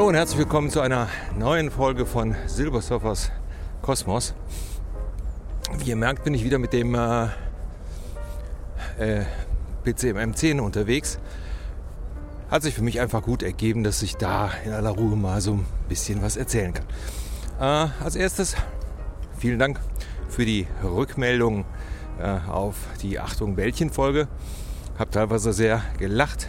Hallo und herzlich willkommen zu einer neuen Folge von Silbersurfers Kosmos. Wie ihr merkt, bin ich wieder mit dem PCM M10 unterwegs. Hat sich für mich einfach gut ergeben, dass ich da in aller Ruhe mal so ein bisschen was erzählen kann. Als erstes vielen Dank für die Rückmeldung auf die Achtung Bällchen-Folge. Hab teilweise sehr gelacht.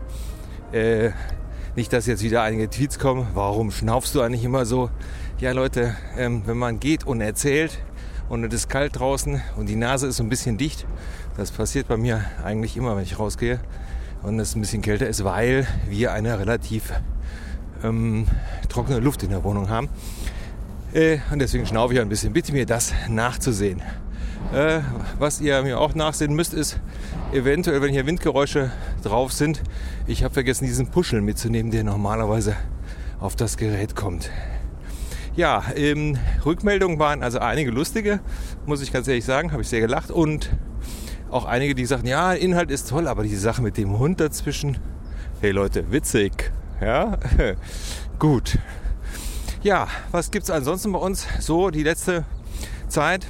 Nicht, dass jetzt wieder einige Tweets kommen. Warum schnaufst du eigentlich immer so? Ja Leute, wenn man geht und erzählt und es ist kalt draußen und die Nase ist so ein bisschen dicht, das passiert bei mir eigentlich immer, wenn ich rausgehe und es ein bisschen kälter ist, weil wir eine relativ trockene Luft in der Wohnung haben. Und deswegen schnaufe ich ein bisschen. Bitte mir das nachzusehen. Was ihr mir auch nachsehen müsst, ist eventuell, wenn hier Windgeräusche drauf sind, ich habe vergessen, diesen Puschel mitzunehmen, der normalerweise auf das Gerät kommt. Ja, Rückmeldungen waren also einige lustige, muss ich ganz ehrlich sagen, habe ich sehr gelacht. Und auch einige, die sagten, ja, Inhalt ist toll, aber die Sache mit dem Hund dazwischen, hey Leute, witzig. Ja, gut. Ja, was gibt's ansonsten bei uns? So, die letzte Zeit.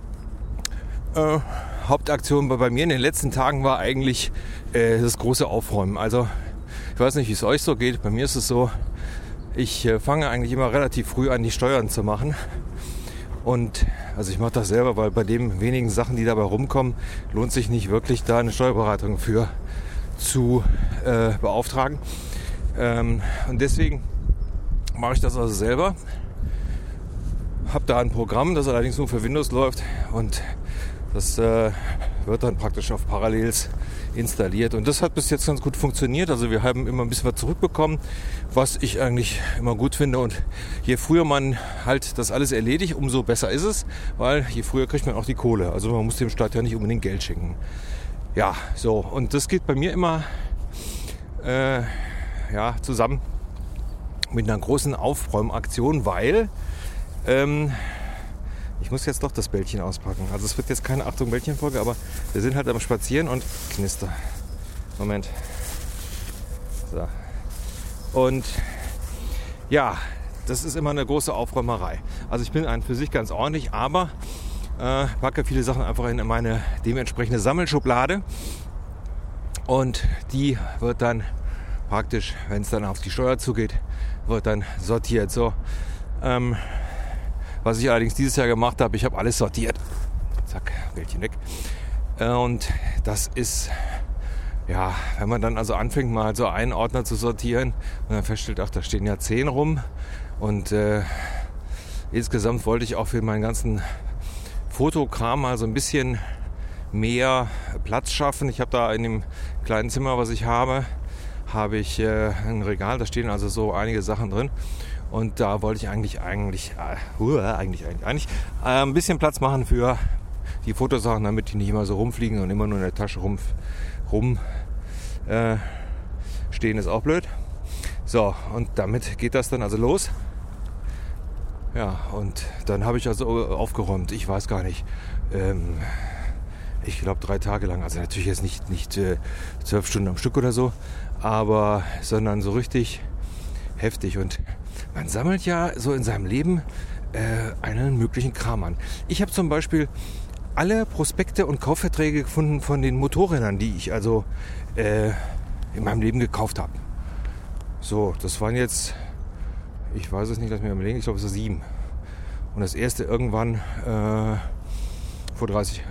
Hauptaktion bei mir in den letzten Tagen war eigentlich das große Aufräumen. Also ich weiß nicht, wie es euch so geht. Bei mir ist es so, ich fange eigentlich immer relativ früh an, die Steuern zu machen. Und also ich mache das selber, weil bei den wenigen Sachen, die dabei rumkommen, lohnt sich nicht wirklich, da eine Steuerberatung für zu beauftragen. Und deswegen mache ich das also selber. Habe da ein Programm, das allerdings nur für Windows läuft und das wird dann praktisch auf Parallels installiert. Und das hat bis jetzt ganz gut funktioniert. Also wir haben immer ein bisschen was zurückbekommen, was ich eigentlich immer gut finde. Und je früher man halt das alles erledigt, umso besser ist es. Weil je früher kriegt man auch die Kohle. Also man muss dem Staat ja nicht unbedingt Geld schenken. Ja, so. Und das geht bei mir immer zusammen mit einer großen Aufräumaktion, weil ich muss jetzt doch das Bällchen auspacken. Also es wird jetzt keine Achtung Bällchen-Folge, aber wir sind halt am Spazieren und Knister. Moment. So. Und ja, das ist immer eine große Aufräumerei. Also ich bin für sich ganz ordentlich, aber packe viele Sachen einfach in meine dementsprechende Sammelschublade. Und die wird dann praktisch, wenn es dann auf die Steuer zugeht, wird dann sortiert. So, was ich allerdings dieses Jahr gemacht habe, ich habe alles sortiert. Zack, Bällchen weg. Und das ist, ja, wenn man dann also anfängt, mal so einen Ordner zu sortieren und dann feststellt, ach, da stehen ja 10 rum. Und insgesamt wollte ich auch für meinen ganzen Fotokram mal so ein bisschen mehr Platz schaffen. Ich habe da in dem kleinen Zimmer, was ich habe ich ein Regal, da stehen also so einige Sachen drin. Und da wollte ich eigentlich ein bisschen Platz machen für die Fotosachen, damit die nicht immer so rumfliegen und immer nur in der Tasche stehen, ist auch blöd. So, und damit geht das dann also los. Ja, und dann habe ich also aufgeräumt, ich weiß gar nicht, ich glaube 3 Tage lang, also natürlich jetzt nicht 12 Stunden am Stück oder so, aber sondern so richtig heftig. Und man sammelt ja so in seinem Leben einen möglichen Kram an. Ich habe zum Beispiel alle Prospekte und Kaufverträge gefunden von den Motorrädern, die ich also in meinem Leben gekauft habe. So, das waren jetzt, ich weiß es nicht, lass mich mal überlegen, ich glaube es sind 7. Und das erste irgendwann vor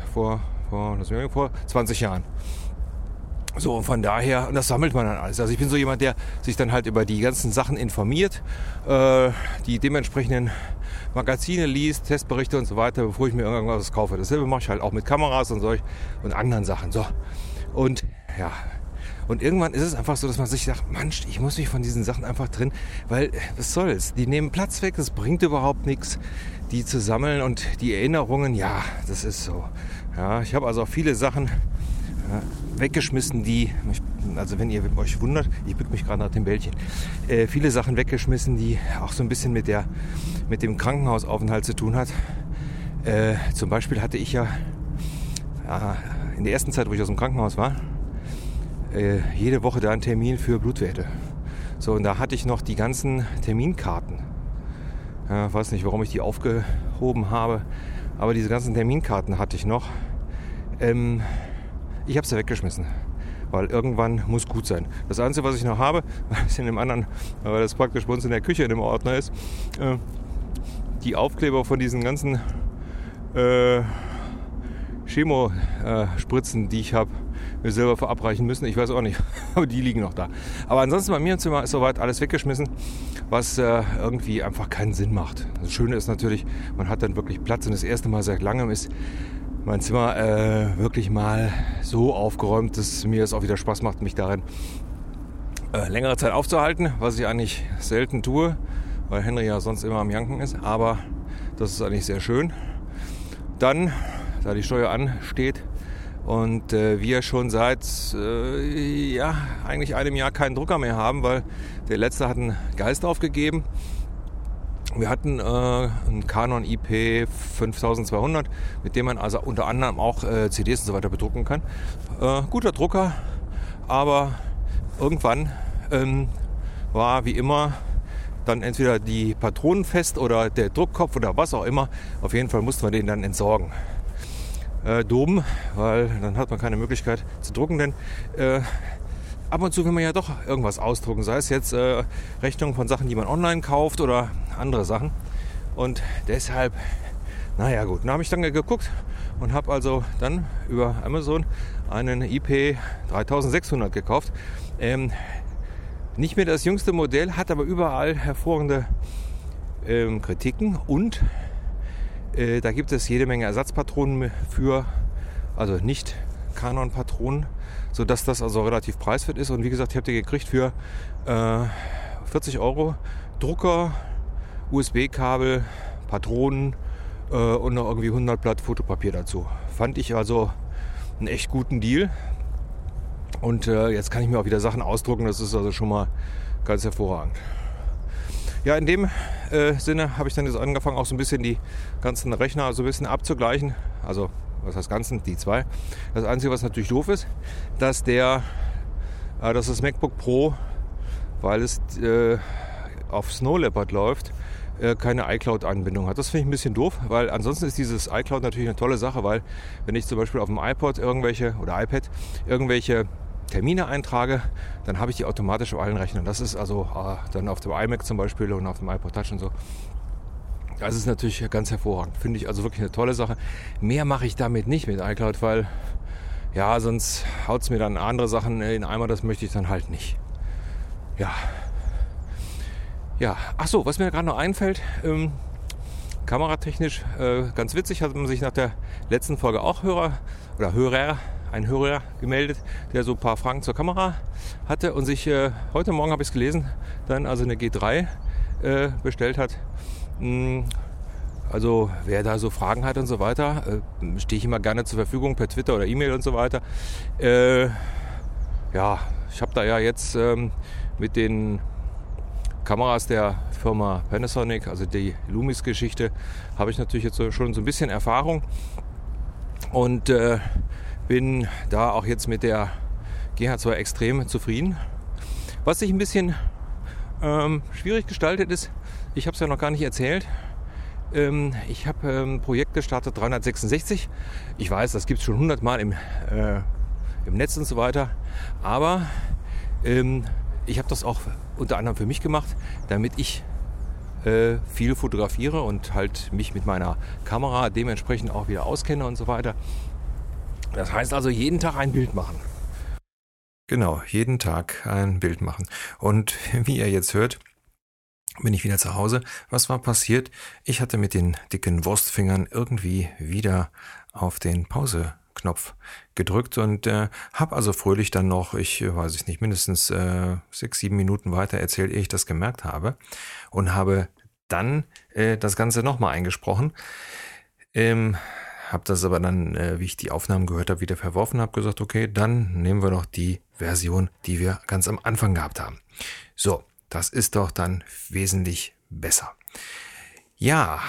20 Jahren. So, und von daher, und das sammelt man dann alles. Also ich bin so jemand, der sich dann halt über die ganzen Sachen informiert, die dementsprechenden Magazine liest, Testberichte und so weiter, bevor ich mir irgendwas kaufe. Dasselbe mache ich halt auch mit Kameras und und anderen Sachen. So. Und ja, und irgendwann ist es einfach so, dass man sich sagt, Mensch, ich muss mich von diesen Sachen einfach trennen, weil was soll's? Die nehmen Platz weg, das bringt überhaupt nichts, die zu sammeln und die Erinnerungen, ja, das ist so. Ja, ich habe also auch viele Sachen weggeschmissen, also wenn ihr euch wundert, ich bück mich gerade nach dem Bällchen, viele Sachen weggeschmissen, die auch so ein bisschen mit dem Krankenhausaufenthalt zu tun hat. Zum Beispiel hatte ich ja in der ersten Zeit, wo ich aus dem Krankenhaus war, jede Woche da einen Termin für Blutwerte. So, und da hatte ich noch die ganzen Terminkarten. Ja, weiß nicht, warum ich die aufgehoben habe, aber diese ganzen Terminkarten hatte ich noch. Ich habe sie weggeschmissen, weil irgendwann muss gut sein. Das Einzige, was ich noch habe, weil das praktisch bei uns in der Küche in dem Ordner ist, die Aufkleber von diesen ganzen Chemo-Spritzen, die ich habe mir selber verabreichen müssen. Ich weiß auch nicht, aber die liegen noch da. Aber ansonsten bei mir im Zimmer ist soweit alles weggeschmissen, was irgendwie einfach keinen Sinn macht. Das Schöne ist natürlich, man hat dann wirklich Platz und das erste Mal seit langem ist mein Zimmer wirklich mal so aufgeräumt, dass mir es auch wieder Spaß macht, mich darin längere Zeit aufzuhalten, was ich eigentlich selten tue, weil Henry ja sonst immer am Janken ist, aber das ist eigentlich sehr schön. Dann, da die Steuer ansteht und wir schon seit eigentlich einem Jahr keinen Drucker mehr haben, weil der letzte hat einen Geist aufgegeben. Wir hatten einen Canon IP 5200, mit dem man also unter anderem auch CDs und so weiter bedrucken kann. Guter Drucker, aber irgendwann war wie immer dann entweder die Patronen fest oder der Druckkopf oder was auch immer. Auf jeden Fall musste man den dann entsorgen. Dumm, weil dann hat man keine Möglichkeit zu drucken, denn ab und zu will man ja doch irgendwas ausdrucken, sei es jetzt Rechnungen von Sachen, die man online kauft oder andere Sachen. Und deshalb, naja gut, dann habe ich dann geguckt und habe also dann über Amazon einen IP 3600 gekauft. Nicht mehr das jüngste Modell, hat aber überall hervorragende Kritiken und da gibt es jede Menge Ersatzpatronen für, also nicht Canon-Patronen, sodass das also relativ preiswert ist. Und wie gesagt, ich habe die gekriegt für 40 Euro. Drucker, USB-Kabel, Patronen und noch irgendwie 100 Blatt Fotopapier dazu. Fand ich also einen echt guten Deal. Und jetzt kann ich mir auch wieder Sachen ausdrucken. Das ist also schon mal ganz hervorragend. Ja, in dem Sinne habe ich dann jetzt angefangen, auch so ein bisschen die ganzen Rechner so ein bisschen abzugleichen. Also, was heißt ganzen? Die zwei. Das Einzige, was natürlich doof ist, dass das MacBook Pro, weil es auf Snow Leopard läuft, keine iCloud-Anbindung hat. Das finde ich ein bisschen doof, weil ansonsten ist dieses iCloud natürlich eine tolle Sache, weil wenn ich zum Beispiel auf dem iPad irgendwelche Termine eintrage, dann habe ich die automatisch auf allen Rechnern. Das ist also dann auf dem iMac zum Beispiel und auf dem iPod Touch und so. Das ist natürlich ganz hervorragend. Finde ich also wirklich eine tolle Sache. Mehr mache ich damit nicht mit iCloud, weil ja, sonst haut es mir dann andere Sachen in den Eimer. Das möchte ich dann halt nicht. Ja. Ach so, was mir gerade noch einfällt, kameratechnisch ganz witzig, hat man sich nach der letzten Folge auch ein Hörer gemeldet, der so ein paar Fragen zur Kamera hatte und sich, heute Morgen habe ich es gelesen, dann also eine G3 bestellt hat. Also wer da so Fragen hat und so weiter, stehe ich immer gerne zur Verfügung per Twitter oder E-Mail und so weiter. Ja, ich habe da ja jetzt mit den Kameras der Firma Panasonic, also die Lumis-Geschichte, habe ich natürlich jetzt schon so ein bisschen Erfahrung und bin da auch jetzt mit der GH2 extrem zufrieden. Was sich ein bisschen schwierig gestaltet ist, ich habe es ja noch gar nicht erzählt, ich habe ein Projekt gestartet, 366. Ich weiß, das gibt es schon 100 Mal im Netz und so weiter, aber ich habe das auch unter anderem für mich gemacht, damit ich viel fotografiere und halt mich mit meiner Kamera dementsprechend auch wieder auskenne und so weiter. Das heißt also jeden Tag ein Bild machen. Genau, jeden Tag ein Bild machen. Und wie ihr jetzt hört, bin ich wieder zu Hause. Was war passiert? Ich hatte mit den dicken Wurstfingern irgendwie wieder auf den Pause-Knopf gedrückt und habe also fröhlich dann noch, mindestens 6-7 Minuten weiter erzählt, ehe ich das gemerkt habe und habe dann das Ganze nochmal eingesprochen. Habe das aber dann, wie ich die Aufnahmen gehört habe, wieder verworfen, habe gesagt, okay, dann nehmen wir doch die Version, die wir ganz am Anfang gehabt haben. So, das ist doch dann wesentlich besser. Ja,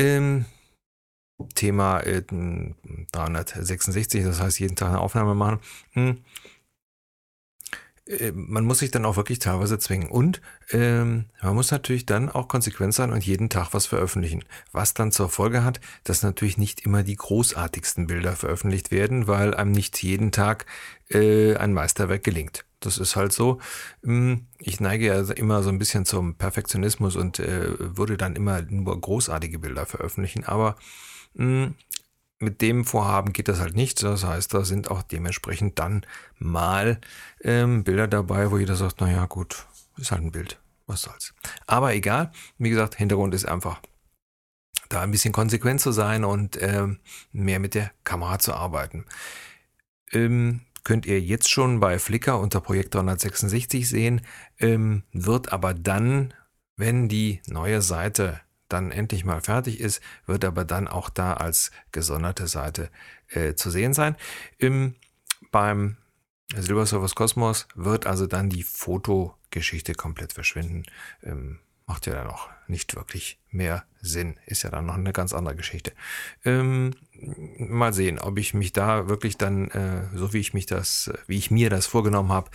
Thema 366, das heißt jeden Tag eine Aufnahme machen. man muss sich dann auch wirklich teilweise zwingen. Und man muss natürlich dann auch konsequent sein und jeden Tag was veröffentlichen. Was dann zur Folge hat, dass natürlich nicht immer die großartigsten Bilder veröffentlicht werden, weil einem nicht jeden Tag ein Meisterwerk gelingt. Das ist halt so. Ich neige ja immer so ein bisschen zum Perfektionismus und würde dann immer nur großartige Bilder veröffentlichen. Aber mit dem Vorhaben geht das halt nicht. Das heißt, da sind auch dementsprechend dann mal Bilder dabei, wo jeder sagt, naja gut, ist halt ein Bild, was soll's. Aber egal, wie gesagt, Hintergrund ist einfach, da ein bisschen konsequent zu sein und mehr mit der Kamera zu arbeiten. Könnt ihr jetzt schon bei Flickr unter Projekt 366 sehen, wird aber dann, wenn die neue Seite dann endlich mal fertig ist, wird aber dann auch da als gesonderte Seite zu sehen sein. Beim Silbersurfers Kosmos wird also dann die Fotogeschichte komplett verschwinden. Macht ja dann auch nicht wirklich mehr Sinn. Ist ja dann noch eine ganz andere Geschichte. Mal sehen, ob ich mich da wirklich dann, so wie ich mir das vorgenommen habe,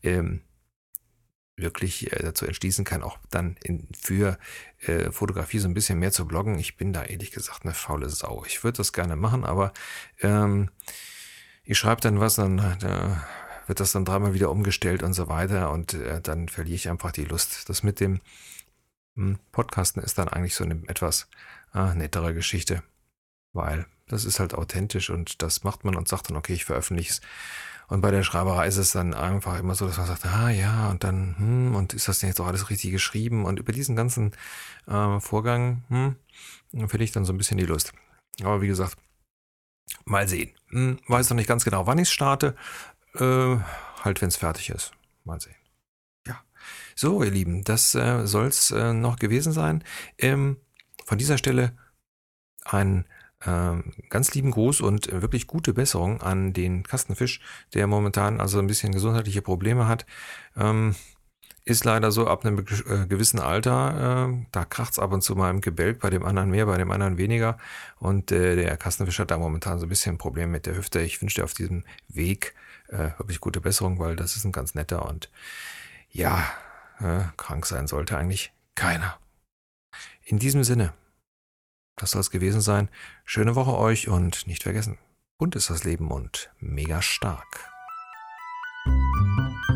wirklich dazu entschließen kann, auch dann für Fotografie so ein bisschen mehr zu bloggen. Ich bin da ehrlich gesagt eine faule Sau. Ich würde das gerne machen, aber ich schreibe dann was, dann wird das dann dreimal wieder umgestellt und so weiter und dann verliere ich einfach die Lust. Das mit dem Podcasten ist dann eigentlich so eine etwas nettere Geschichte, weil das ist halt authentisch und das macht man und sagt dann, okay, ich veröffentliche es. Und bei der Schreiberei ist es dann einfach immer so, dass man sagt, ja, und dann, und ist das denn jetzt auch alles richtig geschrieben? Und über diesen ganzen Vorgang verliere ich dann so ein bisschen die Lust. Aber wie gesagt, mal sehen. Weiß noch nicht ganz genau, wann ich es starte. Halt, wenn es fertig ist. Mal sehen. Ja. So, ihr Lieben, das soll es noch gewesen sein. Von dieser Stelle ein ganz lieben Gruß und wirklich gute Besserung an den Kastenfisch, der momentan also ein bisschen gesundheitliche Probleme hat. Ist leider so, ab einem gewissen Alter, da kracht's ab und zu mal im Gebälk, bei dem anderen mehr, bei dem anderen weniger. Und der Kastenfisch hat da momentan so ein bisschen ein Problem mit der Hüfte. Ich wünsche dir auf diesem Weg wirklich gute Besserung, weil das ist ein ganz netter und ja, krank sein sollte eigentlich keiner. In diesem Sinne, das soll es gewesen sein. Schöne Woche euch und nicht vergessen, bunt ist das Leben und mega stark.